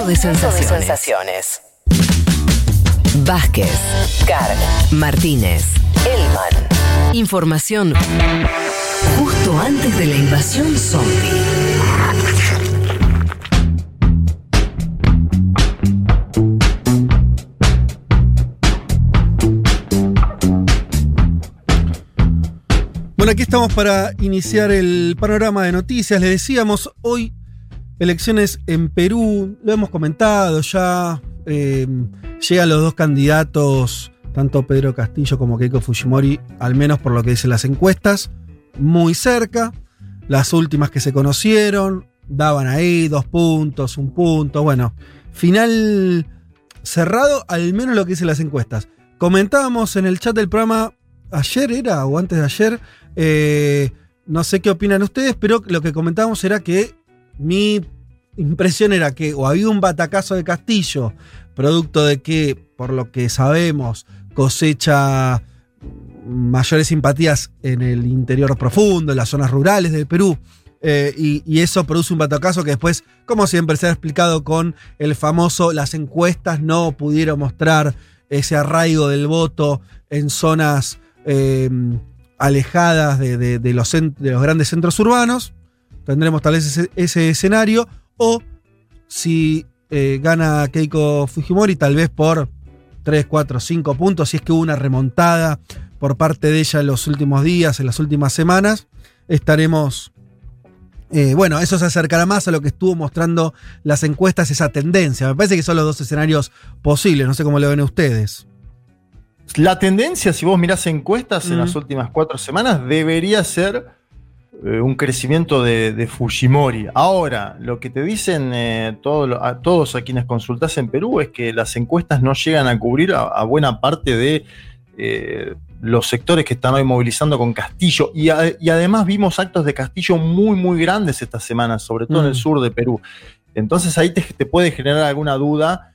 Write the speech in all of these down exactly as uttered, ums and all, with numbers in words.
de sensaciones. De sensaciones. Vázquez, Carg, Martínez, Elman. Información justo antes de la invasión zombie. Bueno, aquí estamos para iniciar el panorama de noticias. Les decíamos, hoy elecciones en Perú, lo hemos comentado ya, eh, llegan los dos candidatos, tanto Pedro Castillo como Keiko Fujimori, al menos por lo que dicen las encuestas, muy cerca. Las últimas que se conocieron daban ahí dos puntos, un punto, bueno, final cerrado, al menos lo que dicen las encuestas. Comentábamos en el chat del programa, ayer era, o antes de ayer, eh, no sé qué opinan ustedes, pero lo que comentábamos era que mi impresión era que o había un batacazo de Castillo, producto de que, por lo que sabemos, cosecha mayores simpatías en el interior profundo, en las zonas rurales del Perú, eh, y, y eso produce un batacazo que después, como siempre se ha explicado con el famoso, las encuestas no pudieron mostrar ese arraigo del voto en zonas eh, alejadas de, de, de, los cent- de los grandes centros urbanos. Tendremos tal vez ese, ese escenario, o si eh, gana Keiko Fujimori, tal vez por tres, cuatro, cinco puntos, si es que hubo una remontada por parte de ella en los últimos días, en las últimas semanas, estaremos... Eh, bueno, eso se acercará más a lo que estuvo mostrando las encuestas, esa tendencia. Me parece que son los dos escenarios posibles, no sé cómo lo ven ustedes. La tendencia, si vos mirás encuestas mm. en las últimas cuatro semanas, debería ser eh, un crecimiento de, de Fujimori. Ahora, lo que te dicen eh, todo lo, a todos a quienes consultás en Perú es que las encuestas no llegan a cubrir a, a buena parte de eh, los sectores que están hoy movilizando con Castillo. Y, a, y además vimos actos de Castillo muy, muy grandes esta semana, sobre todo mm. en el sur de Perú. Entonces ahí te, te puede generar alguna duda.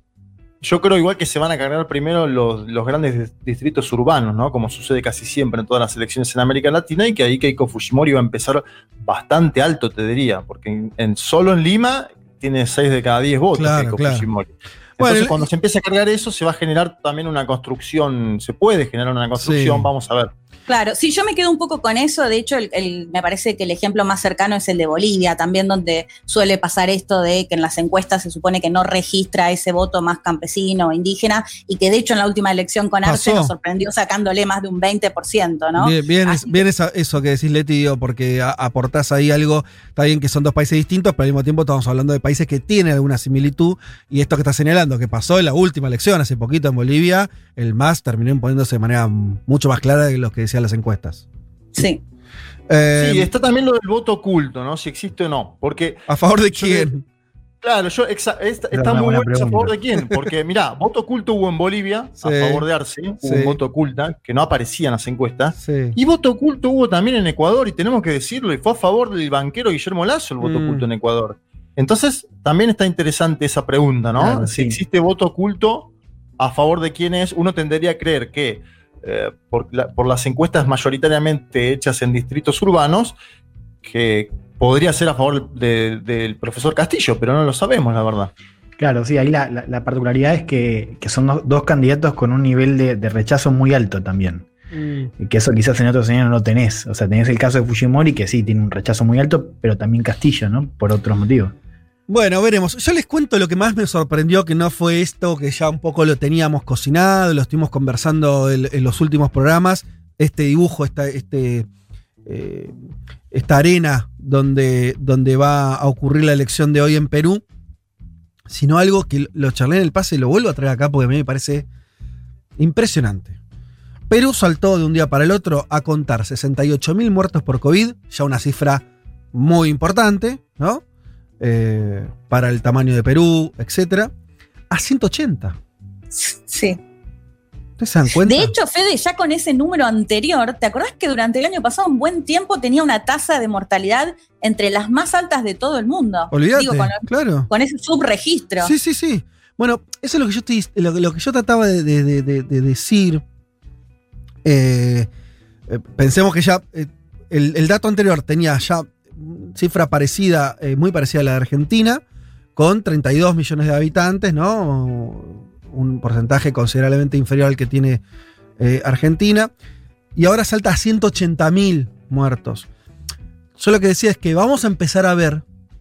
Yo creo igual que se van a cargar primero los, los grandes distritos urbanos, ¿no? Como sucede casi siempre en todas las elecciones en América Latina, y que ahí Keiko Fujimori va a empezar bastante alto, te diría, porque en, en, solo en Lima tiene seis de cada diez votos, claro, Keiko claro. Fujimori. Entonces, bueno, cuando el, se empiece a cargar eso, se va a generar también una construcción, se puede generar una construcción, sí. Vamos a ver. Claro, sí, yo me quedo un poco con eso. De hecho, el, el, me parece que el ejemplo más cercano es el de Bolivia, también donde suele pasar esto de que en las encuestas se supone que no registra ese voto más campesino o indígena, y que de hecho en la última elección con Arce nos sorprendió sacándole más de un veinte por ciento, ¿no? Bien, bien, es, bien esa, eso que decís, Leti, porque a, aportás ahí algo, está bien que son dos países distintos, pero al mismo tiempo estamos hablando de países que tienen alguna similitud, y esto que está señalando, que pasó en la última elección, hace poquito en Bolivia, el M A S terminó imponiéndose de manera mucho más clara de lo que decían las encuestas. Sí. Eh, sí, está también lo del voto oculto, ¿no? Si existe o no. Porque. ¿A favor de quién? Claro, yo exa, está, está muy bueno a favor de quién. Porque, mirá, voto oculto hubo en Bolivia, sí, a favor de Arce, hubo sí. un voto oculta, que no aparecía en las encuestas. Sí. Y voto oculto hubo también en Ecuador, y tenemos que decirlo, y fue a favor del banquero Guillermo Lasso el voto mm. oculto en Ecuador. Entonces, también está interesante esa pregunta, ¿no? Claro, si sí. existe voto oculto, ¿a favor de quién es? Uno tendería a creer que Eh, por, la, por las encuestas mayoritariamente hechas en distritos urbanos, que podría ser a favor del de, de profesor Castillo, pero no lo sabemos, la verdad. Claro, sí, ahí la, la, la particularidad es que, que son dos, dos candidatos con un nivel de, de rechazo muy alto también. Mm. Que eso quizás en otros años no lo tenés. O sea, tenés el caso de Fujimori, que sí, tiene un rechazo muy alto, pero también Castillo, ¿no? Por otros motivos. Bueno, veremos. Yo les cuento lo que más me sorprendió, que no fue esto, que ya un poco lo teníamos cocinado, lo estuvimos conversando en, en los últimos programas, este dibujo, esta, este, eh, esta arena donde, donde va a ocurrir la elección de hoy en Perú, sino algo que lo charlé en el pase y lo vuelvo a traer acá porque a mí me parece impresionante. Perú saltó de un día para el otro a contar sesenta y ocho mil muertos por COVID, ya una cifra muy importante, ¿no? Eh, para el tamaño de Perú, etcétera, a ciento ochenta. Sí. ¿Ustedes se dan cuenta? De hecho, Fede, ya con ese número anterior, ¿te acordás que durante el año pasado un buen tiempo tenía una tasa de mortalidad entre las más altas de todo el mundo? Olvídate, Digo, con, claro. Con ese subregistro. Sí, sí, sí. Bueno, eso es lo que yo, estoy, lo, lo que yo trataba de, de, de, de, de decir. Eh, eh, pensemos que ya eh, el, el dato anterior tenía ya cifra parecida, eh, muy parecida a la de Argentina, con treinta y dos millones de habitantes, ¿no? Un porcentaje considerablemente inferior al que tiene eh, Argentina. Y ahora salta a ciento ochenta mil muertos. Yo lo que decía es que vamos a empezar a ver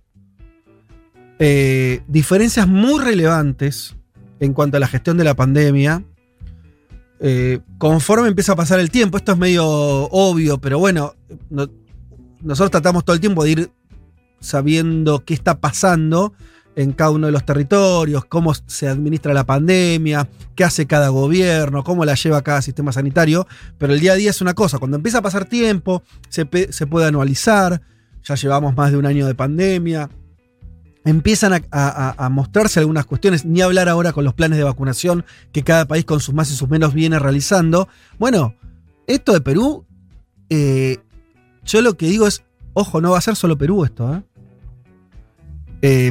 eh, diferencias muy relevantes en cuanto a la gestión de la pandemia. Eh, conforme empieza a pasar el tiempo, esto es medio obvio, pero bueno, no, nosotros tratamos todo el tiempo de ir sabiendo qué está pasando en cada uno de los territorios, cómo se administra la pandemia, qué hace cada gobierno, cómo la lleva cada sistema sanitario, pero el día a día es una cosa, cuando empieza a pasar tiempo, se, se puede anualizar, ya llevamos más de un año de pandemia, empiezan a, a, a mostrarse algunas cuestiones, ni hablar ahora con los planes de vacunación que cada país con sus más y sus menos viene realizando. Bueno, esto de Perú, eh, yo lo que digo es, ojo, no va a ser solo Perú esto, ¿eh? Eh,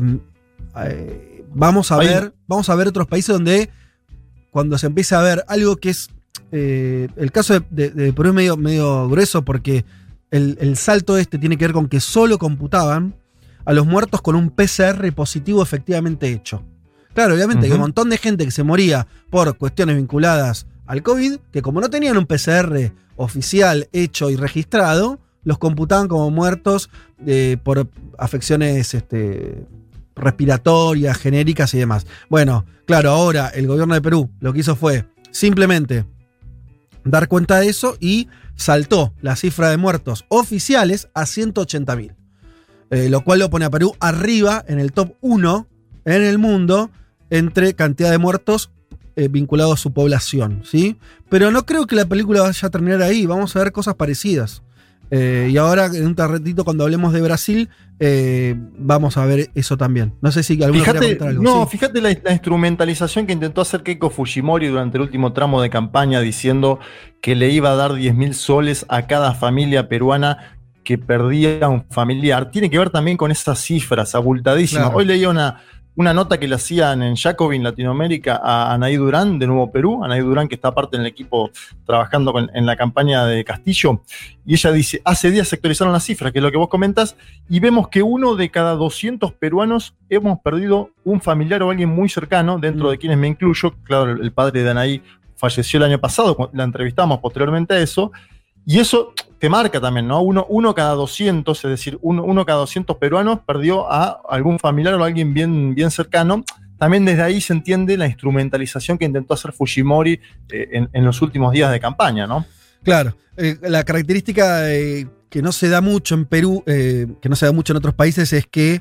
eh, vamos a ver, vamos a ver otros países donde cuando se empieza a ver algo que es, eh, el caso de, de, de Perú es medio, medio grueso porque el, el salto este tiene que ver con que solo computaban a los muertos con un P C R positivo efectivamente hecho. Claro, obviamente uh-huh. hay un montón de gente que se moría por cuestiones vinculadas al COVID, que como no tenían un P C R oficial hecho y registrado, los computaban como muertos eh, por afecciones este, respiratorias, genéricas y demás. Bueno, claro, ahora el gobierno de Perú lo que hizo fue simplemente dar cuenta de eso y saltó la cifra de muertos oficiales a ciento ochenta mil. Eh, lo cual lo pone a Perú arriba en el top uno en el mundo entre cantidad de muertos eh, vinculados a su población, ¿sí? Pero no creo que la película vaya a terminar ahí, vamos a ver cosas parecidas. Eh, y ahora en un ratito cuando hablemos de Brasil eh, vamos a ver eso también. No sé si alguno quiere comentar algo. No, sí. Fíjate la, la instrumentalización que intentó hacer Keiko Fujimori durante el último tramo de campaña diciendo que le iba a dar diez mil soles a cada familia peruana que perdía un familiar. Tiene que ver también con esas cifras abultadísimas. Claro. Hoy leía una, una nota que le hacían en Jacobin Latinoamérica a Anaí Durán de Nuevo Perú, Anaí Durán que está aparte en el equipo trabajando con, en la campaña de Castillo, y ella dice, hace días se actualizaron las cifras, que es lo que vos comentas, y vemos que uno de cada doscientos peruanos hemos perdido un familiar o alguien muy cercano, dentro mm. de quienes me incluyo. Claro, el padre de Anaí falleció el año pasado, la entrevistamos posteriormente a eso, y eso te marca también, ¿no? Uno, uno cada doscientos, es decir, uno, uno cada doscientos peruanos perdió a algún familiar o a alguien bien, bien cercano. También desde ahí se entiende la instrumentalización que intentó hacer Fujimori eh, en, en los últimos días de campaña, ¿no? Claro. Eh, la característica eh, que no se da mucho en Perú, eh, que no se da mucho en otros países, es que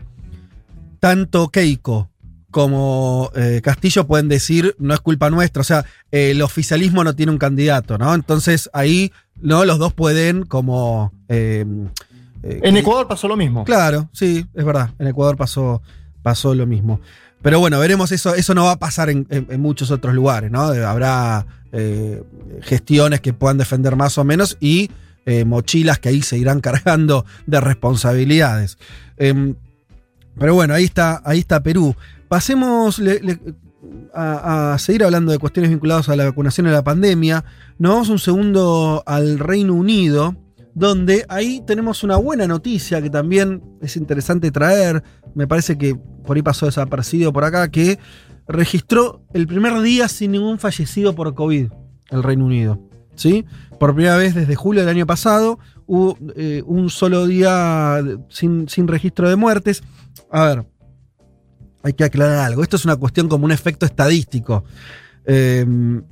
tanto Keiko como eh, Castillo pueden decir, no es culpa nuestra, o sea, eh, el oficialismo no tiene un candidato, ¿no? Entonces ahí, ¿no? Los dos pueden como... Eh, eh, en Ecuador pasó lo mismo. Claro, sí, es verdad, en Ecuador pasó, pasó lo mismo. Pero bueno, veremos eso, eso no va a pasar en, en, en muchos otros lugares, ¿no? Habrá eh, gestiones que puedan defender más o menos y eh, mochilas que ahí se irán cargando de responsabilidades. Eh, pero bueno, ahí está, ahí está Perú. Pasemos le, le, a, a seguir hablando de cuestiones vinculadas a la vacunación y a la pandemia. Nos vamos un segundo al Reino Unido, donde ahí tenemos una buena noticia que también es interesante traer. Me parece que por ahí pasó desapercibido por acá, que registró el primer día sin ningún fallecido por COVID el Reino Unido, ¿sí? Por primera vez desde julio del año pasado hubo eh, un solo día sin, sin registro de muertes. A ver, hay que aclarar algo. Esto es una cuestión como un efecto estadístico. Eh,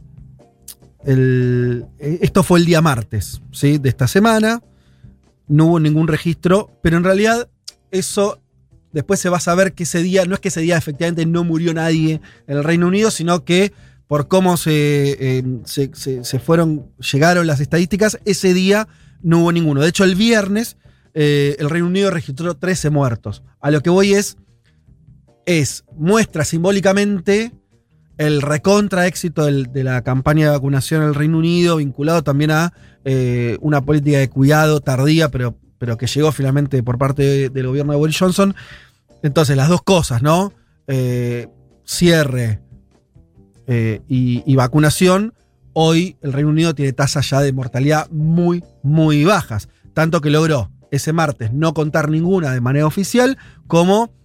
el, esto fue el día martes, ¿sí? De esta semana. No hubo ningún registro, pero en realidad eso después se va a saber que ese día, no es que ese día efectivamente no murió nadie en el Reino Unido, sino que por cómo se, eh, se, se, se fueron, llegaron las estadísticas, ese día no hubo ninguno. De hecho, el viernes eh, el Reino Unido registró trece muertos. A lo que voy es es, muestra simbólicamente el recontra éxito del, de la campaña de vacunación en el Reino Unido, vinculado también a eh, una política de cuidado tardía, pero, pero que llegó finalmente por parte de, del gobierno de Boris Johnson. Entonces, las dos cosas, ¿no? Eh, cierre eh, y, y vacunación. Hoy el Reino Unido tiene tasas ya de mortalidad muy, muy bajas. Tanto que logró ese martes no contar ninguna de manera oficial, como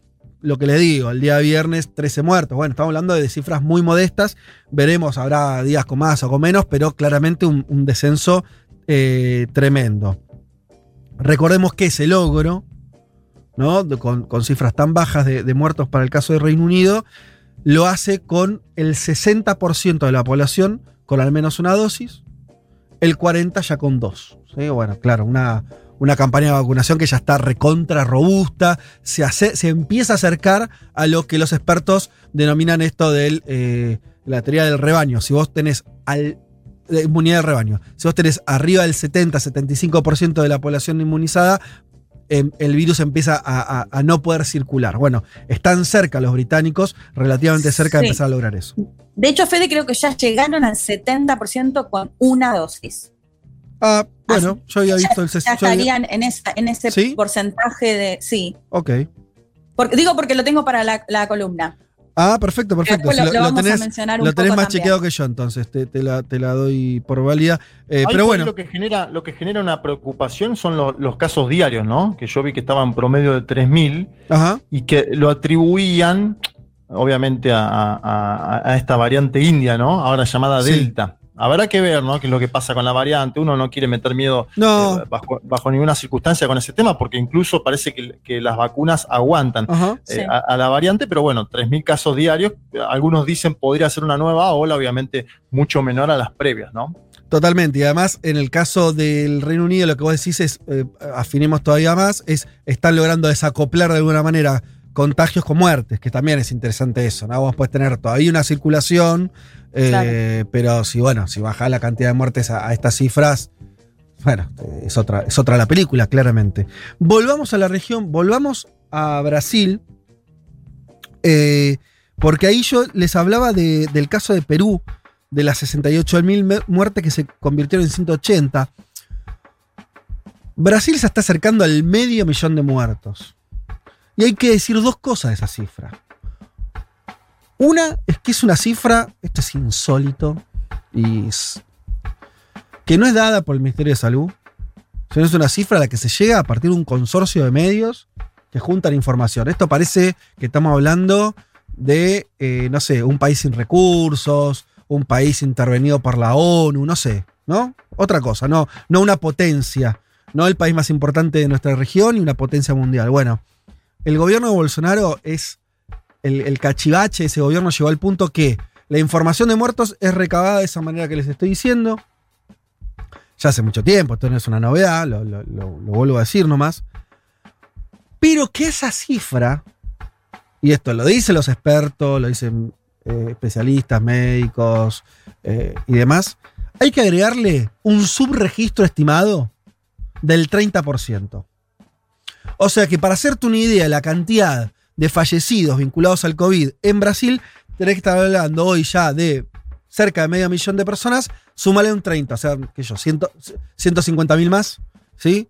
lo que les digo, el día viernes trece muertos. Bueno, estamos hablando de cifras muy modestas. Veremos, habrá días con más o con menos, pero claramente un, un descenso eh, tremendo. Recordemos que ese logro, ¿no? De, con, con cifras tan bajas de, de muertos para el caso de Reino Unido, lo hace con el sesenta por ciento de la población con al menos una dosis, el cuarenta por ciento ya con dos. ¿Sí? Bueno, claro, una, una campaña de vacunación que ya está recontra robusta, se, hace, se empieza a acercar a lo que los expertos denominan esto de eh, la teoría del rebaño. Si vos tenés al, de inmunidad del rebaño, si vos tenés arriba del setenta a setenta y cinco por ciento de la población inmunizada, eh, el virus empieza a, a, a no poder circular. Bueno, están cerca los británicos, relativamente cerca Sí. de empezar a lograr eso. De hecho, Fede, creo que ya llegaron al setenta por ciento con una dosis. Ah, bueno, Así, yo había ya- visto el Ya sesenta. yo había- estarían en, esa, en ese ¿Sí? porcentaje de. Sí. Ok. Porque, digo porque lo tengo para la, la columna. Ah, perfecto, perfecto. Después Si lo, lo vamos a tenés, mencionar un lo tenés poco más también. chequeado que yo, entonces te, te la, te la doy por válida. Eh, Ahí pero por bueno, ahí Lo que, genera, lo que genera una preocupación son los, los casos diarios, ¿no? Que yo vi que estaban promedio de tres mil ajá. y que lo atribuían, obviamente, a, a- a esta variante india, ¿no? Ahora llamada Sí. Delta. Habrá que ver, ¿no? Qué es lo que pasa con la variante. Uno no quiere meter miedo No. eh, bajo, bajo ninguna circunstancia con ese tema, porque incluso parece que, que las vacunas aguantan Ajá. eh, Sí. a, a la variante, pero bueno, tres mil casos diarios. Algunos dicen podría ser una nueva ola, obviamente mucho menor a las previas, ¿no? Totalmente. Y además, en el caso del Reino Unido, lo que vos decís es, eh, afinemos todavía más, es están logrando desacoplar de alguna manera contagios con muertes, que también es interesante eso, ¿no? Vos podés tener todavía una circulación, eh, Claro. pero si, bueno, si bajás la cantidad de muertes a, a estas cifras, bueno, es otra, es otra la película, claramente. Volvamos a la región, volvamos a Brasil, eh, porque ahí yo les hablaba de- del caso de Perú, de las sesenta y ocho mil muertes que se convirtieron en ciento ochenta. Brasil se está acercando al medio millón de muertos. Y hay que decir dos cosas de esa cifra. Una es que es una cifra, esto es insólito, y es- que no es dada por el Ministerio de Salud, sino es una cifra a la que se llega a partir de un consorcio de medios que juntan información. Esto parece que estamos hablando de, eh, no sé, un país sin recursos, un país intervenido por la ONU, no sé, ¿no? Otra cosa, no, no una potencia, no el país más importante de nuestra región y una potencia mundial. Bueno, el gobierno de Bolsonaro es el, el cachivache, ese gobierno llegó al punto que la información de muertos es recabada de esa manera que les estoy diciendo. Ya hace mucho tiempo, esto no es una novedad, lo, lo- lo- lo vuelvo a decir nomás. Pero que esa cifra, y esto lo dicen los expertos, lo dicen eh, especialistas, médicos eh, y demás, hay que agregarle un subregistro estimado del treinta por ciento. O sea que para hacerte una idea de la cantidad de fallecidos vinculados al COVID en Brasil, tenés que estar hablando hoy ya de cerca de medio millón de personas, súmale un treinta, o sea, que yo, ciento cincuenta mil más, ¿sí?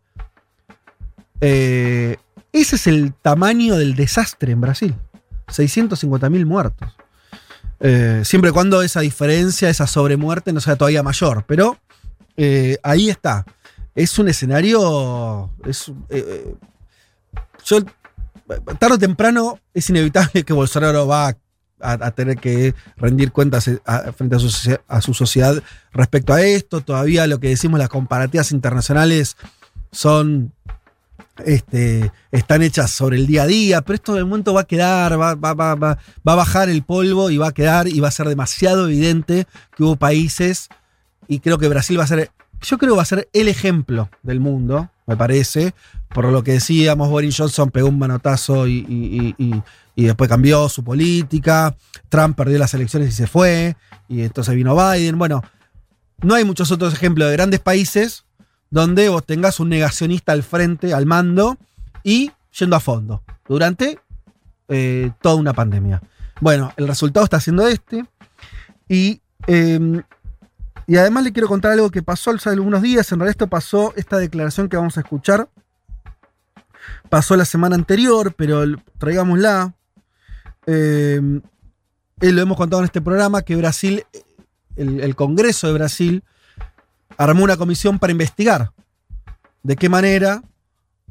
Eh, ese es el tamaño del desastre en Brasil. seiscientos cincuenta mil muertos. Eh, siempre y cuando esa diferencia, esa sobremuerte no sea todavía mayor. Pero eh, ahí está. Es un escenario. Es, eh, yo, tarde o temprano es inevitable que Bolsonaro va a, a, a tener que rendir cuentas a, frente a su, a su sociedad respecto a esto. Todavía lo que decimos, las comparativas internacionales son. Este, están hechas sobre el día a día, pero esto de momento va a quedar, va, va, va, va, va a bajar el polvo y va a quedar y va a ser demasiado evidente que hubo países, y creo que Brasil va a ser, yo creo que va a ser el ejemplo del mundo, me parece, por lo que decíamos, Boris Johnson pegó un manotazo y, y, y, y después cambió su política, Trump perdió las elecciones y se fue, y entonces vino Biden. Bueno, no hay muchos otros ejemplos de grandes países donde vos tengas un negacionista al frente, al mando, y yendo a fondo, durante eh, toda una pandemia. Bueno, el resultado está siendo este, y, eh, y además le quiero contar algo que pasó hace algunos días. En realidad esto pasó, esta declaración que vamos a escuchar, pasó la semana anterior, pero traigámosla. Eh, eh, lo hemos contado en este programa, que Brasil, el, el Congreso de Brasil, armó una comisión para investigar de qué manera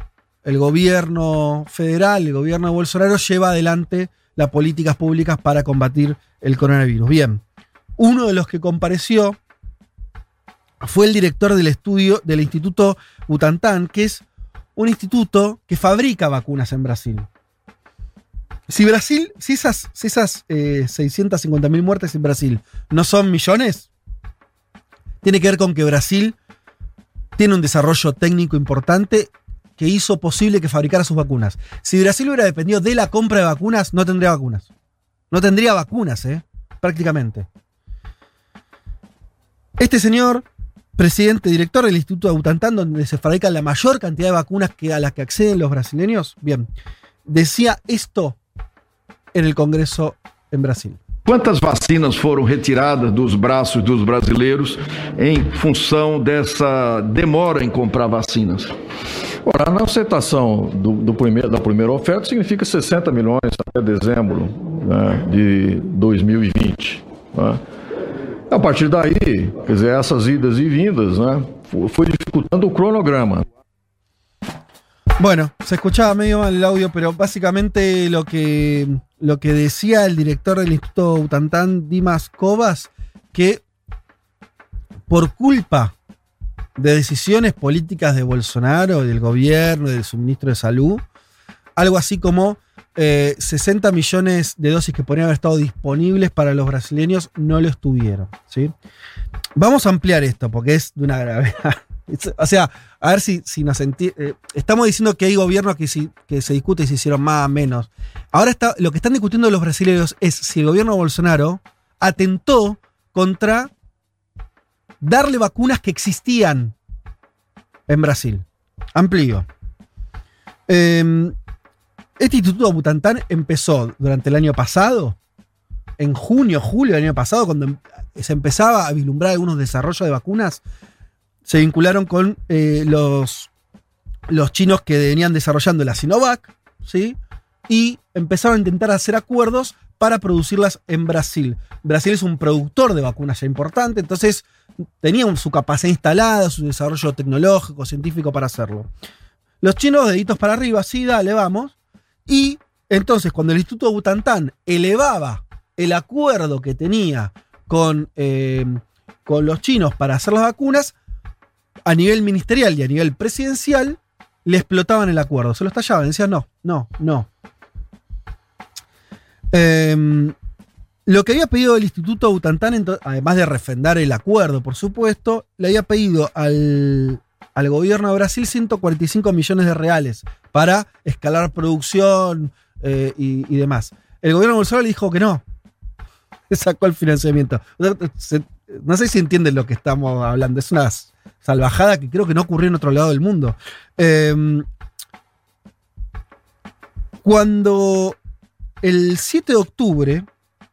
el gobierno federal, el gobierno de Bolsonaro, lleva adelante las políticas públicas para combatir el coronavirus. Bien, uno de los que compareció fue el director del estudio del Instituto Butantan, que es un instituto que fabrica vacunas en Brasil. Si Brasil, si esas, si esas eh, seiscientas cincuenta mil muertes en Brasil no son millones, tiene que ver con que Brasil tiene un desarrollo técnico importante que hizo posible que fabricara sus vacunas. Si Brasil hubiera dependido de la compra de vacunas, no tendría vacunas. No tendría vacunas, ¿eh? Prácticamente. Este señor, presidente, director del Instituto de Butantan, donde se fabrica la mayor cantidad de vacunas que a las que acceden los brasileños, bien, decía esto en el Congreso en Brasil. Quantas vacinas foram retiradas dos braços dos brasileiros em função dessa demora em comprar vacinas? Ora, na aceitação do, do primeiro, da primeira oferta significa sessenta milhões até dezembro, né, de dois mil e vinte. Né? A partir daí, quer dizer, essas idas e vindas, né, foi dificultando o cronograma. Bueno, se escuchaba medio mal el audio, pero básicamente lo que, lo que decía el director del Instituto Butantan, Dimas Covas, que por culpa de decisiones políticas de Bolsonaro, del gobierno, del suministro de salud, algo así como eh, sesenta millones de dosis que podrían haber estado disponibles para los brasileños no lo estuvieron, ¿sí? Vamos a ampliar esto porque es de una gravedad. O sea, a ver si, si nos entiende. Eh, estamos diciendo que hay gobiernos que, si, que se discute y se hicieron más, menos. Ahora está, lo que están discutiendo los brasileños es si el gobierno de Bolsonaro atentó contra darle vacunas que existían en Brasil. Amplío. Eh, este Instituto Butantan empezó durante el año pasado, en junio, julio del año pasado, cuando se empezaba a vislumbrar algunos desarrollos de vacunas. Se vincularon con eh, los, los chinos que venían desarrollando la Sinovac, ¿sí? Y empezaron a intentar hacer acuerdos para producirlas en Brasil. Brasil es un productor de vacunas ya importante, entonces tenían su capacidad instalada, su desarrollo tecnológico, científico para hacerlo. Los chinos, deditos para arriba, sí, dale, vamos. Y entonces, cuando el Instituto Butantan elevaba el acuerdo que tenía con, eh, con los chinos para hacer las vacunas, a nivel ministerial y a nivel presidencial, le explotaban el acuerdo. Se lo estallaban, decían no, no, no. Eh, lo que había pedido el Instituto Butantan, además de refrendar el acuerdo, por supuesto, le había pedido al, al gobierno de Brasil ciento cuarenta y cinco millones de reales para escalar producción eh, y, y demás. El gobierno de Bolsonaro le dijo que no. Sacó el financiamiento. No sé si entienden lo que estamos hablando. Es una salvajada que creo que no ocurrió en otro lado del mundo. Eh, cuando el siete de octubre,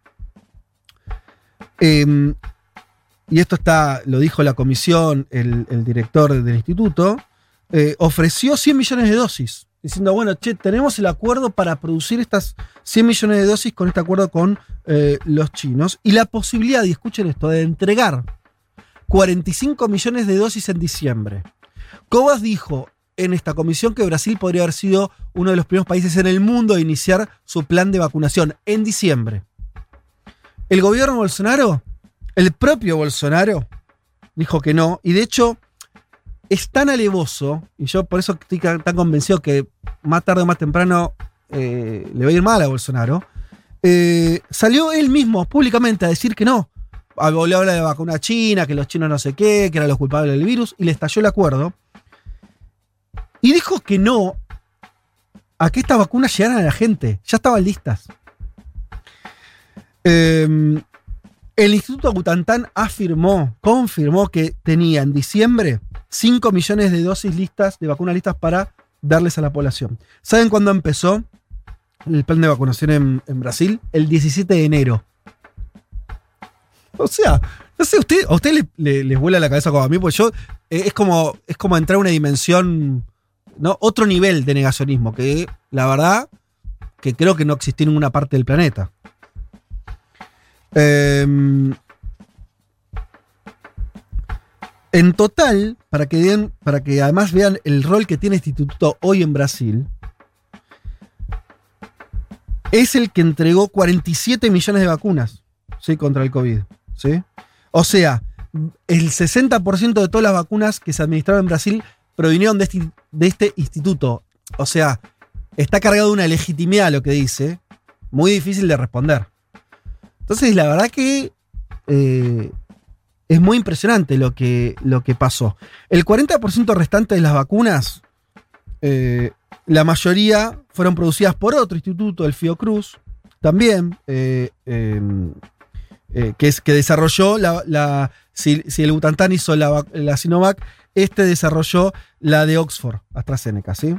eh, y esto está, lo dijo la comisión, el, el director del instituto, eh, ofreció cien millones de dosis, diciendo, bueno, che, tenemos el acuerdo para producir estas cien millones de dosis con este acuerdo con eh, los chinos, y la posibilidad, y escuchen esto, de entregar cuarenta y cinco millones de dosis en diciembre. Covas dijo en esta comisión que Brasil podría haber sido uno de los primeros países en el mundo a iniciar su plan de vacunación en diciembre. El gobierno Bolsonaro, el propio Bolsonaro, dijo que no, y de hecho es tan alevoso, y yo por eso estoy tan convencido que más tarde o más temprano eh, le va a ir mal a Bolsonaro, eh, salió él mismo públicamente a decir que no. Le habla de vacuna china, que los chinos no sé qué, que eran los culpables del virus, y le estalló el acuerdo. Y dijo que no a que estas vacunas llegaran a la gente. Ya estaban listas. Eh, el Instituto Butantan afirmó, confirmó que tenía en diciembre cinco millones de dosis listas, de vacunas listas para darles a la población. ¿Saben cuándo empezó el plan de vacunación en, en Brasil? El diecisiete de enero. O sea, no sé, usted, a usted le, le, les vuela la cabeza como a mí, porque yo eh, es, como, es como entrar a una dimensión, ¿no? Otro nivel de negacionismo, que la verdad que creo que no existía en ninguna parte del planeta. Eh, En total, para que, den, para que además vean el rol que tiene este instituto hoy en Brasil, es el que entregó cuarenta y siete millones de vacunas, ¿sí? Contra el COVID. ¿Sí? O sea, el sesenta por ciento de todas las vacunas que se administraron en Brasil provinieron de este, de este instituto. O sea, está cargado de una legitimidad lo que dice, muy difícil de responder. Entonces, la verdad que eh, es muy impresionante lo que, lo que pasó. El cuarenta por ciento restante de las vacunas, eh, la mayoría fueron producidas por otro instituto, el Fiocruz, también, eh, eh, eh, que, es, que desarrolló, la, la, si, si el Butantan hizo la, la Sinovac, este desarrolló la de Oxford, AstraZeneca, ¿sí?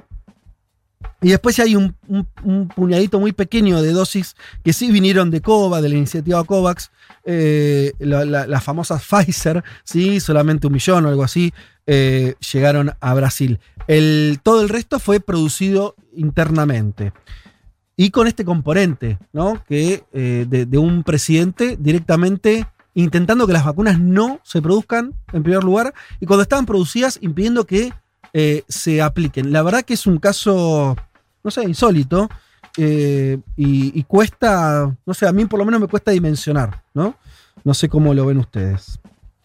Y después hay un, un, un puñadito muy pequeño de dosis que sí vinieron de COVAX, de la iniciativa COVAX, eh, la, la, las famosas Pfizer, ¿sí? Solamente un millón o algo así, eh, llegaron a Brasil. El, todo el resto fue producido internamente. Y con este componente, ¿no? Que, eh, de, de un presidente directamente intentando que las vacunas no se produzcan, en primer lugar, y cuando estaban producidas, impidiendo que eh, se apliquen. La verdad que es un caso, no sé, insólito, eh, y, y cuesta, no sé, a mí por lo menos me cuesta dimensionar, ¿no? No sé cómo lo ven ustedes.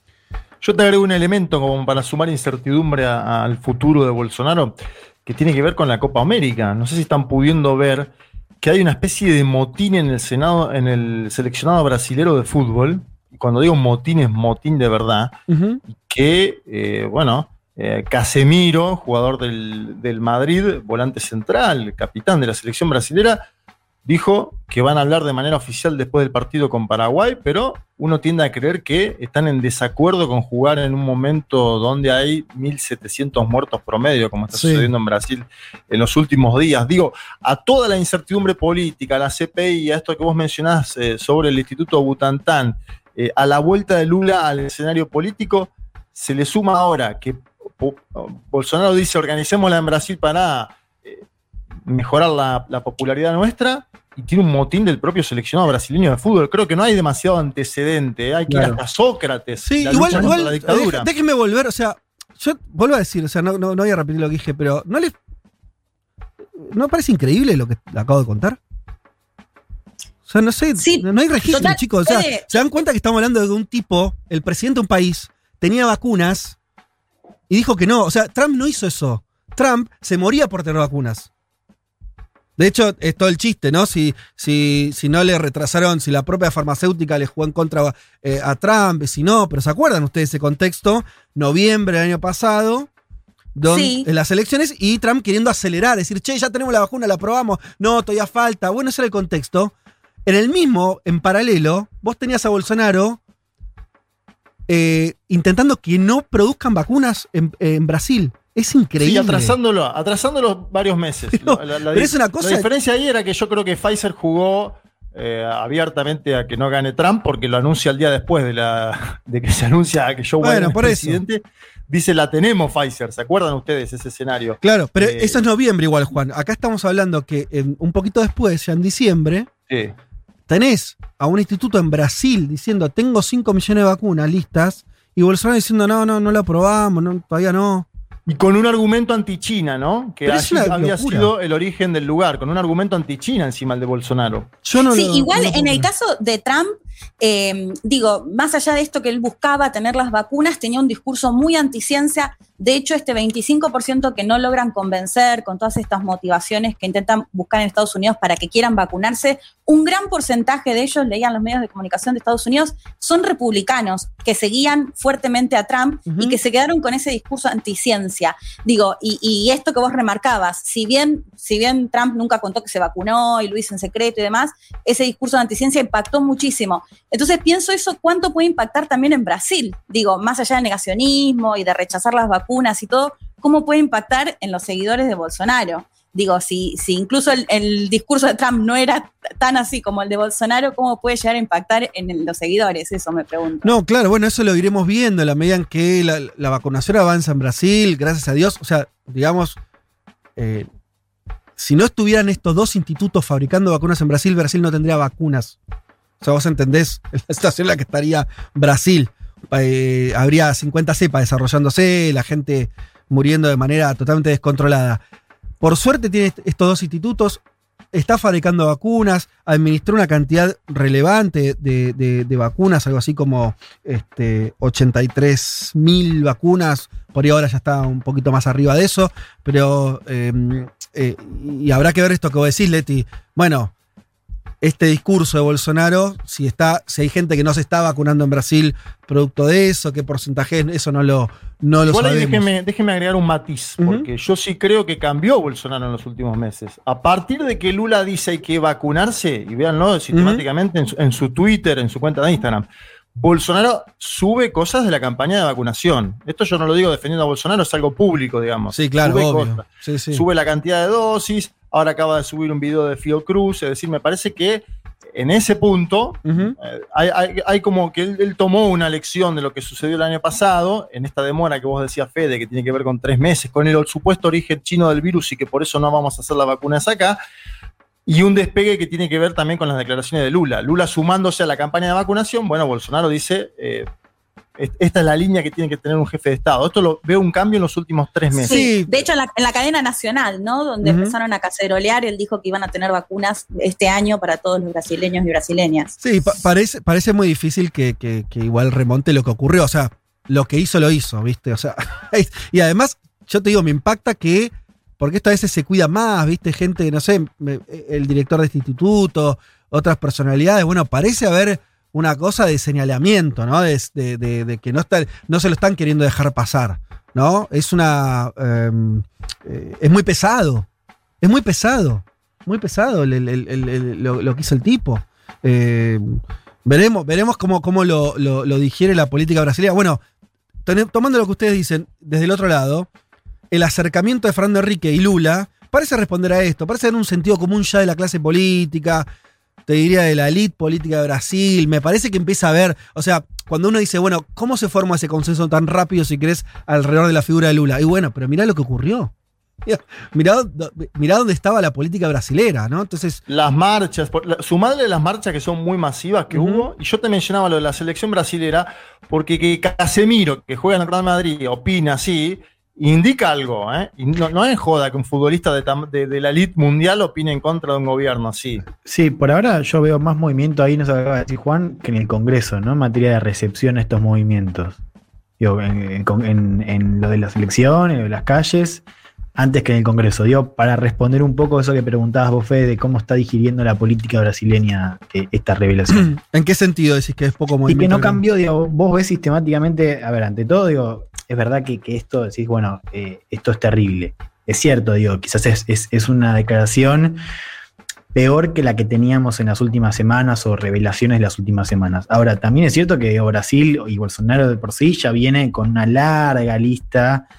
Yo te agrego un elemento como para sumar incertidumbre a, a, al futuro de Bolsonaro, que tiene que ver con la Copa América. No sé si están pudiendo ver que hay una especie de motín en el Senado, en el seleccionado brasilero de fútbol. Y cuando digo motín, es motín de verdad. Uh-huh. Que, eh, bueno, eh, Casemiro, jugador del, del Madrid, volante central, capitán de la selección brasilera, dijo que van a hablar de manera oficial después del partido con Paraguay, pero uno tiende a creer que están en desacuerdo con jugar en un momento donde hay mil setecientos muertos promedio, como está sí. sucediendo en Brasil en los últimos días. Digo, a toda la incertidumbre política, a la C P I, a esto que vos mencionás eh, sobre el Instituto Butantan, eh, a la vuelta de Lula al escenario político, se le suma ahora que Bolsonaro dice organicémosla en Brasil para eh, mejorar la, la popularidad nuestra, y tiene un motín del propio seleccionado brasileño de fútbol. Creo que no hay demasiado antecedente, hay que claro. ir hasta Sócrates. Sí, la igual, igual la dictadura. Déjenme volver, o sea, yo vuelvo a decir, o sea, no, no, no voy a repetir lo que dije, pero ¿no les no parece increíble lo que acabo de contar? O sea, no sé, sí, no hay registro, total, chicos. O sea, eh, se dan cuenta que estamos hablando de un tipo, el presidente de un país, tenía vacunas y dijo que no. O sea, Trump no hizo eso. Trump se moría por tener vacunas. De hecho, es todo el chiste, ¿no? Si, si, si no le retrasaron, si la propia farmacéutica le jugó en contra eh, a Trump, si no, pero ¿se acuerdan ustedes ese contexto? Noviembre del año pasado, donde, sí. en las elecciones, y Trump queriendo acelerar, decir, che, ya tenemos la vacuna, la probamos, no, todavía falta. Bueno, ese era el contexto. En el mismo, en paralelo, vos tenías a Bolsonaro eh, intentando que no produzcan vacunas en, en Brasil. Es increíble. Sí, atrasándolo, atrasándolo varios meses. Pero, la, la, pero es una cosa. La diferencia ahí era que yo creo que Pfizer jugó eh, abiertamente a que no gane Trump, porque lo anuncia el día después de, la, de que se anuncia que Joe Biden bueno, es presidente. Eso. Dice, la tenemos Pfizer. ¿Se acuerdan ustedes ese escenario? Claro, pero eh, eso es noviembre igual, Juan. Acá estamos hablando que en, un poquito después, ya en diciembre, sí. tenés a un instituto en Brasil diciendo, tengo cinco millones de vacunas listas, y Bolsonaro diciendo, no, no, no la aprobamos, no, todavía no. Y con un argumento anti-China, ¿no? Que allí había locura. Sido el origen del lugar, con un argumento anti-China encima el de Bolsonaro. Yo no sí, lo, igual no lo en el caso de Trump, eh, digo, más allá de esto que él buscaba, tener las vacunas, tenía un discurso muy anticiencia. De hecho, este veinticinco por ciento que no logran convencer con todas estas motivaciones que intentan buscar en Estados Unidos para que quieran vacunarse, un gran porcentaje de ellos, leían los medios de comunicación de Estados Unidos, son republicanos que seguían fuertemente a Trump uh-huh. y que se quedaron con ese discurso anticiencia. Digo, y, y esto que vos remarcabas, si bien, si bien Trump nunca contó que se vacunó y lo hizo en secreto y demás, ese discurso de anticiencia impactó muchísimo. Entonces pienso eso, ¿cuánto puede impactar también en Brasil? Digo, más allá del negacionismo y de rechazar las vacunas y todo, ¿cómo puede impactar en los seguidores de Bolsonaro? Digo, si, si incluso el, el discurso de Trump no era tan así como el de Bolsonaro, ¿cómo puede llegar a impactar en los seguidores? Eso me pregunto. No, claro, bueno, eso lo iremos viendo en la medida en que la, la vacunación avanza en Brasil, gracias a Dios. O sea, digamos, eh, si no estuvieran estos dos institutos fabricando vacunas en Brasil, Brasil no tendría vacunas. O sea, vos entendés la situación en la que estaría Brasil. eh, habría cincuenta cepas desarrollándose, la gente muriendo de manera totalmente descontrolada. Por suerte tiene estos dos institutos, está fabricando vacunas, administró una cantidad relevante de, de, de vacunas, algo así como este, ochenta y tres mil vacunas, por ahí ahora ya está un poquito más arriba de eso, pero eh, eh, y habrá que ver esto que vos decís, Leti. Bueno, este discurso de Bolsonaro, si está, si hay gente que no se está vacunando en Brasil producto de eso, qué porcentaje es, eso no lo, no lo Igual ahí sabemos. déjeme, déjeme agregar un matiz, porque uh-huh. yo sí creo que cambió Bolsonaro en los últimos meses. A partir de que Lula dice hay que vacunarse, y véanlo sistemáticamente uh-huh. en, su, en su Twitter, en su cuenta de Instagram, Bolsonaro sube cosas de la campaña de vacunación. Esto yo no lo digo defendiendo a Bolsonaro, es algo público, digamos. Sí, claro, sube obvio. Cosas. Sí, sí. Sube la cantidad de dosis. Ahora acaba de subir un video de Fiocruz, es decir, me parece que en ese punto uh-huh. eh, hay, hay, hay como que él, él tomó una lección de lo que sucedió el año pasado, en esta demora que vos decías, Fede, que tiene que ver con tres meses, con el supuesto origen chino del virus y que por eso no vamos a hacer las vacunas acá, y un despegue que tiene que ver también con las declaraciones de Lula. Lula sumándose a la campaña de vacunación, bueno, Bolsonaro dice... Eh, esta es la línea que tiene que tener un jefe de Estado. Esto lo veo un cambio en los últimos tres meses. Sí, de hecho en la, en la cadena nacional, ¿no? Donde uh-huh. empezaron a cacerolear, él dijo que iban a tener vacunas este año para todos los brasileños y brasileñas. Sí, pa- parece, parece muy difícil que, que, que igual remonte lo que ocurrió. O sea, lo que hizo, lo hizo, ¿viste? O sea, y además, yo te digo, me impacta que, porque esto a veces se cuida más, ¿viste? Gente, no sé, el director de este instituto, otras personalidades, bueno, parece haber una cosa de señalamiento, ¿no? De, de, de, de que no, está, no se lo están queriendo dejar pasar, ¿no? Es una... Eh, eh, es muy pesado. Es muy pesado. Muy pesado el, el, el, el, el, lo, lo que hizo el tipo. Eh, veremos veremos cómo, cómo lo, lo, lo digiere la política brasileña. Bueno, ten, tomando lo que ustedes dicen, desde el otro lado, el acercamiento de Fernando Henrique y Lula parece responder a esto, parece tener un sentido común ya de la clase política, te diría de la elite política de Brasil. Me parece que empieza a ver, o sea, cuando uno dice, bueno, ¿cómo se forma ese consenso tan rápido, si querés, alrededor de la figura de Lula? Y bueno, pero mirá lo que ocurrió. Mirá, mirá dónde estaba la política brasilera, ¿no? Entonces. Las marchas, sumadle las marchas que son muy masivas que uh-huh. hubo, y yo te mencionaba lo de la selección brasilera, porque que Casemiro, que juega en el Real Madrid, opina así, indica algo, ¿eh? Y no, no es joda que un futbolista de, de, de la elite mundial opine en contra de un gobierno así. Sí, por ahora yo veo más movimiento ahí, no se acaba de decir Juan, que en el Congreso, ¿no? En materia de recepción a estos movimientos. Digo, en, en, en lo de las elecciones, en lo de las calles, antes que en el Congreso. Digo, para responder un poco a eso que preguntabas vos, Fede, de cómo está digiriendo la política brasileña eh, esta revelación. ¿En qué sentido decís que es poco movimiento? Y que no cambió, digo, vos ves sistemáticamente, a ver, ante todo, digo, es verdad que, que esto, decís, bueno, eh, esto es terrible. Es cierto, digo, quizás es, es, es una declaración peor que la que teníamos en las últimas semanas o revelaciones de las últimas semanas. Ahora, también es cierto que digo, Brasil y Bolsonaro de por sí ya viene con una larga lista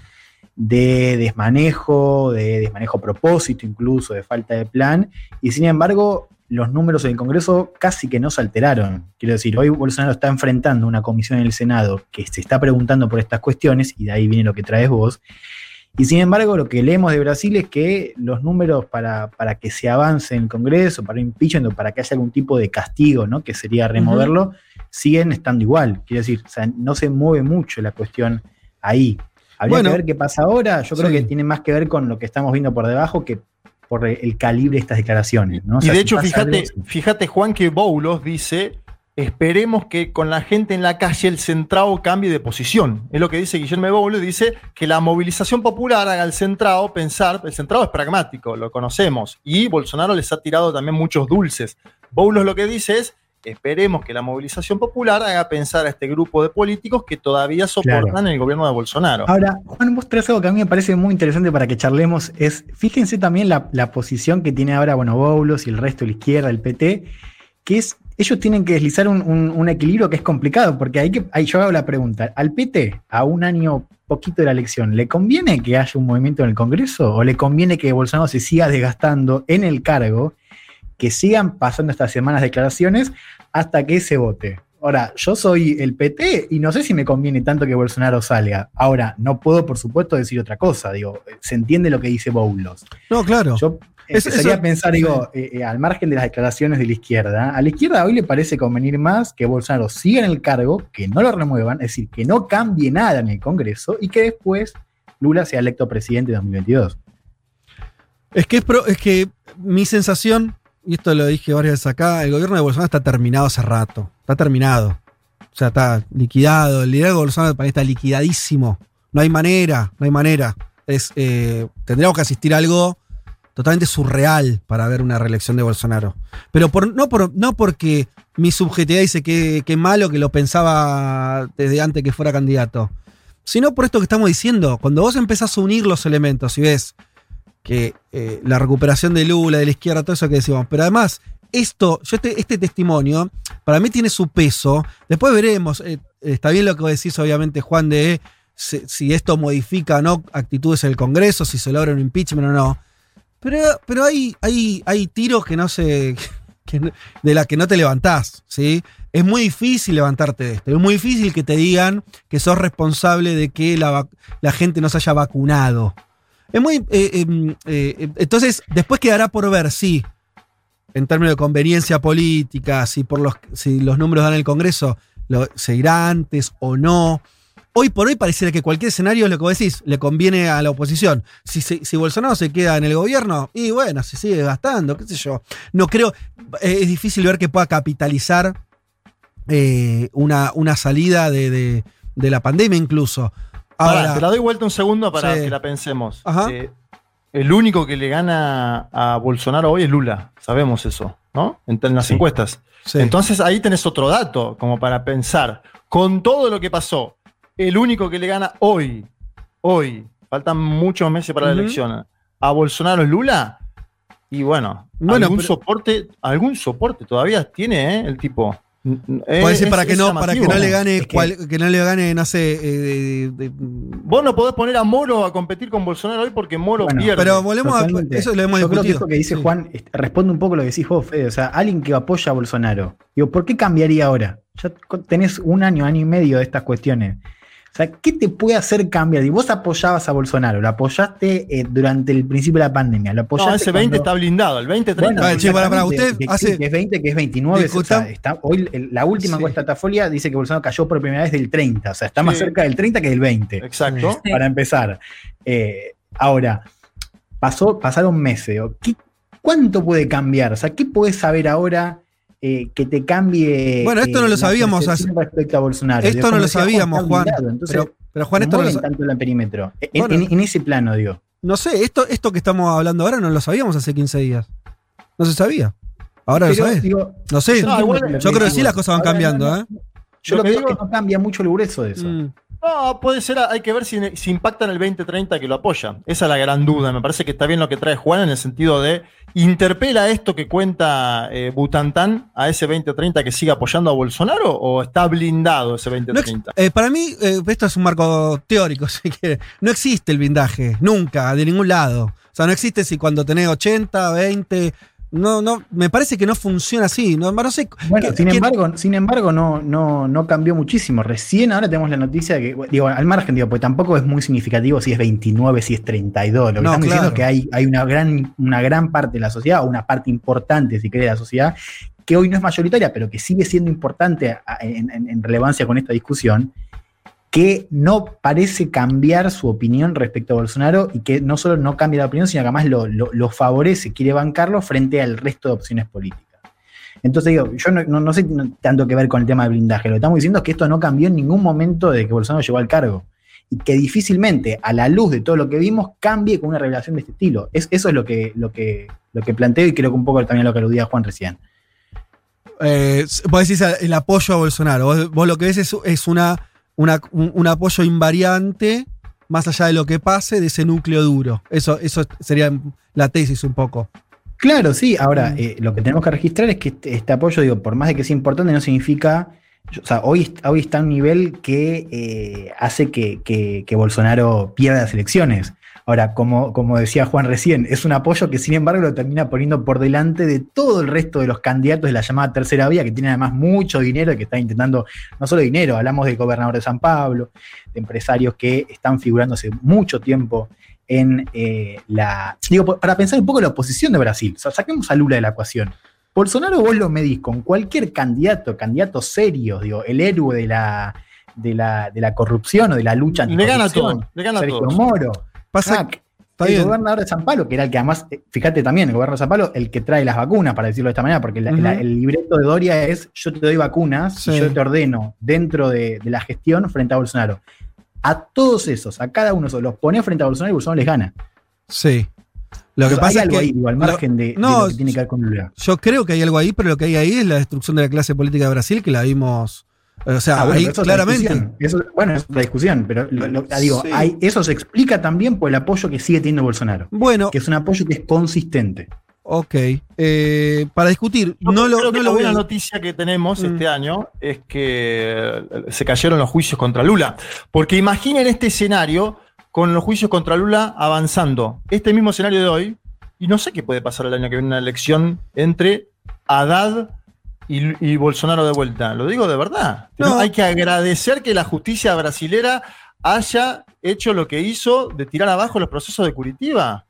de desmanejo, de desmanejo a propósito incluso, de falta de plan, y sin embargo los números en el Congreso casi que no se alteraron. Quiero decir, hoy Bolsonaro está enfrentando una comisión en el Senado que se está preguntando por estas cuestiones, y de ahí viene lo que traes vos, y sin embargo lo que leemos de Brasil es que los números para, para que se avance en el Congreso, para impeachment o para que haya algún tipo de castigo, ¿no? Que sería removerlo, uh-huh. siguen estando igual. Quiero decir, o sea, no se mueve mucho la cuestión ahí. Habría bueno, que ver qué pasa ahora. Yo creo sí. que tiene más que ver con lo que estamos viendo por debajo que por el calibre de estas declaraciones, ¿no? O sea, y de si hecho, fíjate, algo, fíjate, Juan, que Boulos dice, esperemos que con la gente en la calle el centrado cambie de posición. Es lo que dice Guillermo Boulos, dice que la movilización popular haga al centrado pensar, el centrado es pragmático, lo conocemos, y Bolsonaro les ha tirado también muchos dulces. Boulos lo que dice es, esperemos que la movilización popular haga pensar a este grupo de políticos que todavía soportan claro. el gobierno de Bolsonaro. Ahora, Juan, vos traes algo que a mí me parece muy interesante para que charlemos, es, fíjense también la, la posición que tiene ahora, bueno, Boulos y el resto de la izquierda, el P T, que es, ellos tienen que deslizar un, un, un equilibrio que es complicado, porque hay que, ahí yo hago la pregunta, ¿al P T, a un año poquito de la elección, le conviene que haya un movimiento en el Congreso o le conviene que Bolsonaro se siga desgastando en el cargo, que sigan pasando estas semanas de declaraciones hasta que se vote? Ahora, yo soy el P T y no sé si me conviene tanto que Bolsonaro salga. Ahora, no puedo, por supuesto, decir otra cosa. Digo, se entiende lo que dice Boulos. No, claro. Yo, empezaría a pensar, digo, eh, eh, al margen de las declaraciones de la izquierda, a la izquierda hoy le parece convenir más que Bolsonaro siga en el cargo, que no lo remuevan, es decir, que no cambie nada en el Congreso y que después Lula sea electo presidente en dos mil veintidós. Es que, es, pro, es que mi sensación, y esto lo dije varias veces acá, el gobierno de Bolsonaro está terminado hace rato. Está terminado. O sea, está liquidado. El liderazgo de Bolsonaro para mí está liquidadísimo. No hay manera, no hay manera. Es, eh, tendríamos que asistir a algo totalmente surreal para ver una reelección de Bolsonaro. Pero por, no, por, no porque mi subjetividad dice que, que malo, que lo pensaba desde antes que fuera candidato, sino por esto que estamos diciendo. Cuando vos empezás a unir los elementos y ves que eh, la recuperación de Lula, de la izquierda, todo eso que decimos, pero además, esto, yo este, este testimonio, para mí tiene su peso. Después veremos, eh, está bien lo que decís, obviamente, Juan, de eh, si, si esto modifica o no actitudes en el Congreso, si se logra un impeachment o no. Pero, pero hay, hay, hay tiros que no se. Que no, de las que no te levantás, ¿sí? Es muy difícil levantarte de esto. Es muy difícil que te digan que sos responsable de que la, la gente no se haya vacunado. Es muy. Eh, eh, eh, entonces, después quedará por ver si, en términos de conveniencia política, si por los, si los números dan el Congreso, lo, se irá antes o no. Hoy por hoy pareciera que cualquier escenario es lo que vos decís, le conviene a la oposición. Si, si, si Bolsonaro se queda en el gobierno, y bueno, se sigue gastando, qué sé yo. No creo, eh, es difícil ver que pueda capitalizar eh, una, una salida de, de, de la pandemia incluso. Ahora, Pará, te la doy vuelta un segundo para sí. que la pensemos. Eh, el único que le gana a Bolsonaro hoy es Lula, sabemos eso, ¿no? En, en las sí. encuestas. Sí. Entonces ahí tenés otro dato como para pensar. Con todo lo que pasó, el único que le gana hoy, hoy, faltan muchos meses para uh-huh. la elección, a Bolsonaro es Lula. Y bueno, bueno algún, pero, soporte, algún soporte todavía tiene ¿eh? el tipo. Puede ser para, que no, para que no le gane, es que, cual, que no le gane, no sé. Eh, de, de, vos no podés poner a Moro a competir con Bolsonaro hoy porque Moro bueno, pierde. Pero volvemos a. Eso lo hemos Yo discutido. Creo que esto que dice sí. Juan responde un poco lo que decís vos, Fede. O sea, alguien que apoya a Bolsonaro. Digo, ¿por qué cambiaría ahora? Ya tenés un año, año y medio de estas cuestiones. O sea, ¿qué te puede hacer cambiar? Y vos apoyabas a Bolsonaro, lo apoyaste eh, durante el principio de la pandemia. Lo apoyaste no, ese veinte cuando... está blindado, el veinte, treinta. Bueno, che, para, para usted que, hace... que es veinte, que es veintinueve. O sea, está, hoy la última sí. encuesta Datafolia dice que Bolsonaro cayó por primera vez del treinta. O sea, está sí. más cerca del treinta que del veinte. Exacto. Sí. Para empezar. Eh, ahora, pasó, pasaron meses. ¿Qué, ¿Cuánto puede cambiar? O sea, ¿qué podés saber ahora? Eh, que te cambie. Bueno, esto eh, no lo sabíamos hace. Respecto a Bolsonaro. Esto no lo sabíamos, Juan. Entonces, pero, pero Juan, esto no lo tanto el perímetro. En, bueno, en, en ese plano, digo. No sé, esto, esto que estamos hablando ahora no lo sabíamos hace quince días. No se sabía. Ahora pero, lo sabés. Digo, no sé. No, igual, yo creo que sí las cosas van cambiando, ¿eh? Yo lo que digo es que no cambia mucho el grueso de eso. Mm. No, puede ser, hay que ver si, si impacta en el veinte treinta que lo apoya. Esa es la gran duda. Me parece que está bien lo que trae Juan en el sentido de ¿interpela esto que cuenta eh, Butantán a ese veinte treinta que sigue apoyando a Bolsonaro o está blindado ese veinte treinta? No, eh, para mí, eh, esto es un marco teórico, si quiere. No existe el blindaje, nunca, de ningún lado. O sea, no existe si cuando tenés ochenta, veinte... No, no, me parece que no funciona así. No, no sé. Bueno, ¿qué, sin qué? embargo, sin embargo, no, no, no cambió muchísimo. Recién ahora tenemos la noticia de que, digo, al margen, digo, pues tampoco es muy significativo si es veintinueve, si es treinta y dos. Lo que no, estamos claro. diciendo es que hay, hay una gran, una gran parte de la sociedad, o una parte importante, si querés, de la sociedad, que hoy no es mayoritaria, pero que sigue siendo importante en, en, en relevancia con esta discusión, que no parece cambiar su opinión respecto a Bolsonaro y que no solo no cambia la opinión, sino que además lo, lo, lo favorece, quiere bancarlo frente al resto de opciones políticas. Entonces digo, yo no, no, no sé tanto que ver con el tema del blindaje, lo que estamos diciendo es que esto no cambió en ningún momento desde que Bolsonaro llegó al cargo y que difícilmente, a la luz de todo lo que vimos, cambie con una revelación de este estilo. Es, eso es lo que, lo, que, lo que planteo y creo que un poco también lo que aludía Juan recién. Eh, vos decís el apoyo a Bolsonaro, vos, vos lo que ves es, es una... Una, un, un apoyo invariante, más allá de lo que pase, de ese núcleo duro. Eso, eso sería la tesis un poco. Claro, sí. Ahora, eh, lo que tenemos que registrar es que este, este apoyo, digo, por más de que sea importante, no significa... O sea, hoy, hoy está a un nivel que eh, hace que, que, que Bolsonaro pierda las elecciones. Ahora, como, como decía Juan recién, es un apoyo que sin embargo lo termina poniendo por delante de todo el resto de los candidatos de la llamada tercera vía, que tienen además mucho dinero y que están intentando, no solo dinero, hablamos del gobernador de San Pablo, de empresarios que están figurando hace mucho tiempo en eh, la... Digo, para pensar un poco la oposición de Brasil. O sea, saquemos a Lula de la ecuación. Bolsonaro vos lo medís con cualquier candidato, candidato serio, digo, el héroe de la, de la, de la corrupción o de la lucha anticorrupción. Le gana todo, le gana Sergio todo. Moro. Pasa Hack, el bien. gobernador de San Pablo, que era el que además, fíjate también, el gobernador de San Pablo, el que trae las vacunas, para decirlo de esta manera, porque la, uh-huh. la, el libreto de Doria es: yo te doy vacunas, sí. y yo te ordeno dentro de, de la gestión frente a Bolsonaro. A todos esos, a cada uno de esos, los pone frente a Bolsonaro y Bolsonaro les gana. Sí. Lo que Hay pasa algo es que, ahí, digo, al margen de, no, de lo que tiene que ver con Lula. Yo creo que hay algo ahí, pero lo que hay ahí es la destrucción de la clase política de Brasil, que la vimos. O sea, Ah, bueno, ahí eso es claramente. Eso, bueno, es la discusión, pero lo, lo, digo, Sí. hay, eso se explica también por el apoyo que sigue teniendo Bolsonaro. Bueno, Que es un apoyo que es consistente. ok. Eh, para discutir, Yo no lo, creo no que lo la voy buena a. noticia que tenemos Mm. este año es que se cayeron los juicios contra Lula. Porque imaginen este escenario con los juicios contra Lula avanzando. Este mismo escenario de hoy, y no sé qué puede pasar el año que viene, una elección entre Haddad y, y Bolsonaro de vuelta. Lo digo de verdad. No. Hay que agradecer que la justicia brasilera haya hecho lo que hizo de tirar abajo los procesos de Curitiba.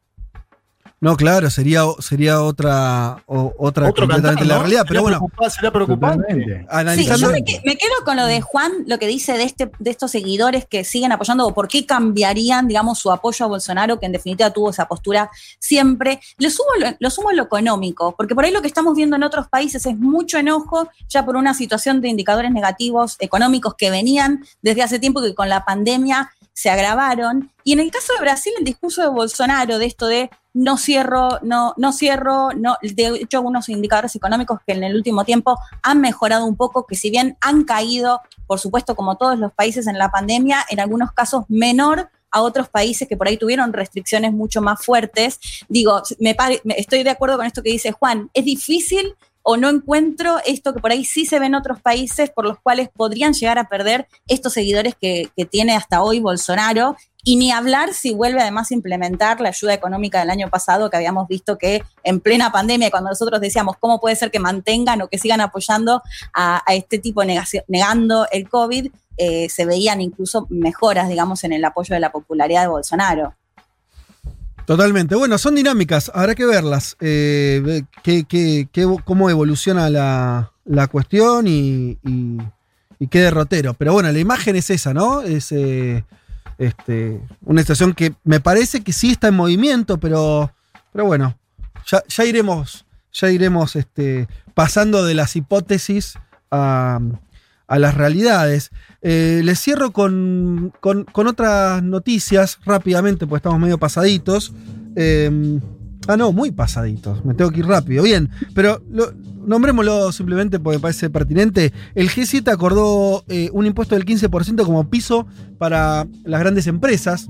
No, claro, sería, sería otra, o, otra Otro completamente cantar, la ¿no? realidad, Sería pero bueno, preocupa- sería preocupante. Totalmente. Sí, analizando. yo me, que- me quedo con lo de Juan, lo que dice de, este, de estos seguidores que siguen apoyando, o por qué cambiarían, digamos, su apoyo a Bolsonaro, que en definitiva tuvo esa postura siempre. Lo sumo, lo, lo sumo en lo económico, porque por ahí lo que estamos viendo en otros países es mucho enojo ya por una situación de indicadores negativos económicos que venían desde hace tiempo, que con la pandemia se agravaron. Y en el caso de Brasil, el discurso de Bolsonaro, de esto de no cierro, no, no cierro, no, de hecho, algunos indicadores económicos que en el último tiempo han mejorado un poco, que si bien han caído, por supuesto, como todos los países en la pandemia, en algunos casos menor a otros países que por ahí tuvieron restricciones mucho más fuertes. Digo, me pare, me, estoy de acuerdo con esto que dice Juan, es difícil o no encuentro esto que por ahí sí se ve en otros países por los cuales podrían llegar a perder estos seguidores que, que tiene hasta hoy Bolsonaro, y ni hablar si vuelve además a implementar la ayuda económica del año pasado, que habíamos visto que en plena pandemia, cuando nosotros decíamos cómo puede ser que mantengan o que sigan apoyando a, a este tipo de negación, negando el COVID, eh, se veían incluso mejoras, digamos, en el apoyo de la popularidad de Bolsonaro. Totalmente. Bueno, son dinámicas, habrá que verlas. Eh, qué, qué, qué, cómo evoluciona la, la cuestión y, y, y qué derrotero. Pero bueno, la imagen es esa, ¿no? Es eh, este, una situación que me parece que sí está en movimiento, pero, pero bueno, ya, ya iremos, ya iremos este, pasando de las hipótesis a, a las realidades. Eh, les cierro con, con, con otras noticias rápidamente, porque estamos medio pasaditos. Eh, ah, no, muy pasaditos. Me tengo que ir rápido. Bien, pero lo, nombrémoslo simplemente porque me parece pertinente. El G siete acordó eh, un impuesto del quince por ciento como piso para las grandes empresas.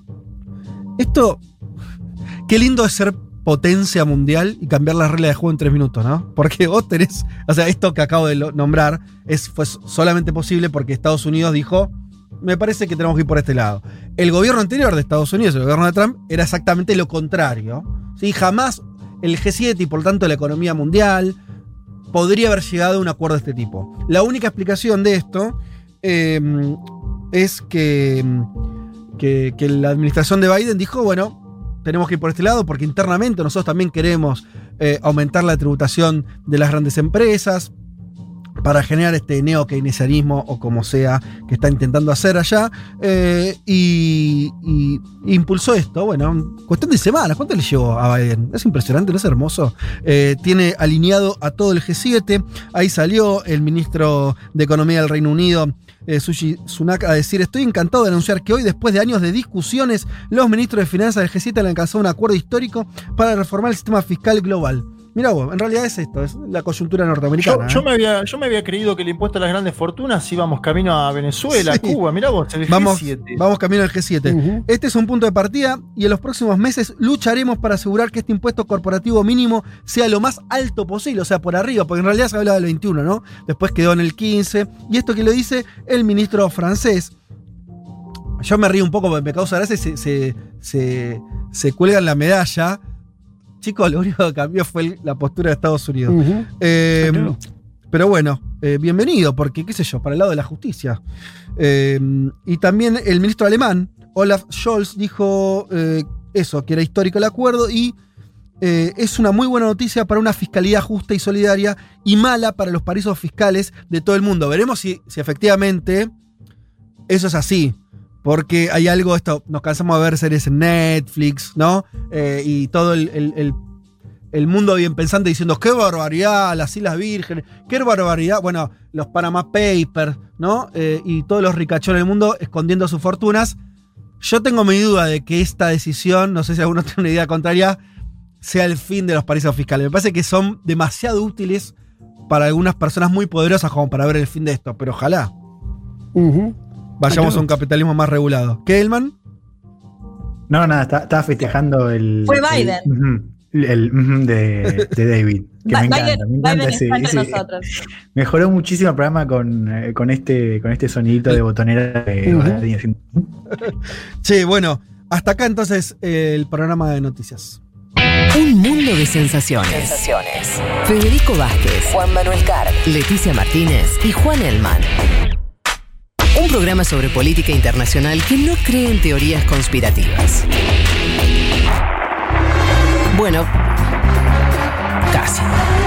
Esto, qué lindo es ser potencia mundial y cambiar las reglas de juego en tres minutos, ¿no? Porque vos tenés, o sea, esto que acabo de lo, nombrar es, fue solamente posible porque Estados Unidos dijo, me parece que tenemos que ir por este lado. El gobierno anterior de Estados Unidos, el gobierno de Trump, era exactamente lo contrario. ¿Sí? Jamás el G siete y por lo tanto la economía mundial podría haber llegado a un acuerdo de este tipo. La única explicación de esto eh, es que, que, que la administración de Biden dijo, bueno, tenemos que ir por este lado porque internamente nosotros también queremos eh, aumentar la tributación de las grandes empresas para generar este neo-keynesianismo o como sea que está intentando hacer allá, eh, y, y, y impulsó esto. Bueno, cuestión de semanas. ¿Cuánto le llevó a Biden? Es impresionante, ¿no es hermoso? Eh, tiene alineado a todo el G siete. Ahí salió el ministro de Economía del Reino Unido, eh, Sushi Sunak, a decir: estoy encantado de anunciar que hoy, después de años de discusiones, los ministros de Finanzas del G siete han alcanzado un acuerdo histórico para reformar el sistema fiscal global. Mirá vos, en realidad es esto, es la coyuntura norteamericana. Yo, yo, ¿eh? me había, yo me había creído que el impuesto a las grandes fortunas íbamos camino a Venezuela, Sí. Cuba. Mirá vos, el Vamos, G siete. vamos camino al G siete. Uh-huh. Este es un punto de partida y en los próximos meses lucharemos para asegurar que este impuesto corporativo mínimo sea lo más alto posible, o sea, por arriba, porque en realidad se hablaba del veintiuno, ¿no? Después quedó en el quince. Y esto que lo dice el ministro francés. Yo me río un poco porque me causa gracia, se, se, se, se cuelgan la medalla. Chicos, lo único que cambió fue el, la postura de Estados Unidos. Uh-huh. Eh, Claro. Pero bueno, eh, bienvenido, porque qué sé yo, para el lado de la justicia. Eh, y también el ministro alemán, Olaf Scholz dijo eh, eso, que era histórico el acuerdo y eh, es una muy buena noticia para una fiscalía justa y solidaria y mala para los paraísos fiscales de todo el mundo. Veremos si, si efectivamente eso es así. Porque hay algo, esto, nos cansamos de ver series en Netflix, ¿no? Eh, y todo el, el, el, el mundo bien pensante diciendo, qué barbaridad, las Islas Vírgenes, qué barbaridad, bueno, los Panama Papers, ¿no? Eh, y todos los ricachones del mundo escondiendo sus fortunas. Yo tengo mi duda de que esta decisión, no sé si alguno tiene una idea contraria, sea el fin de los paraísos fiscales. Me parece que son demasiado útiles para algunas personas muy poderosas como para ver el fin de esto, pero ojalá. Uh-huh. Vayamos a un capitalismo más regulado. ¿Qué, Elman? No, nada, estaba, estaba festejando el. Fue Biden. El, el, el uh-huh de, de David. Que me encanta, Biden, me encanta Biden ese, está entre ese- nosotros. Mejoró muchísimo el programa con, eh, con, este, con este sonidito de botonera. que Uh-huh. va diciendo, Sí, bueno, hasta acá entonces eh, el programa de noticias. Un mundo de sensaciones. Sensaciones. Federico Vázquez, Juan Manuel Carr, Leticia Martínez y Juan Elman. Un programa sobre política internacional que no cree en teorías conspirativas. Bueno, casi.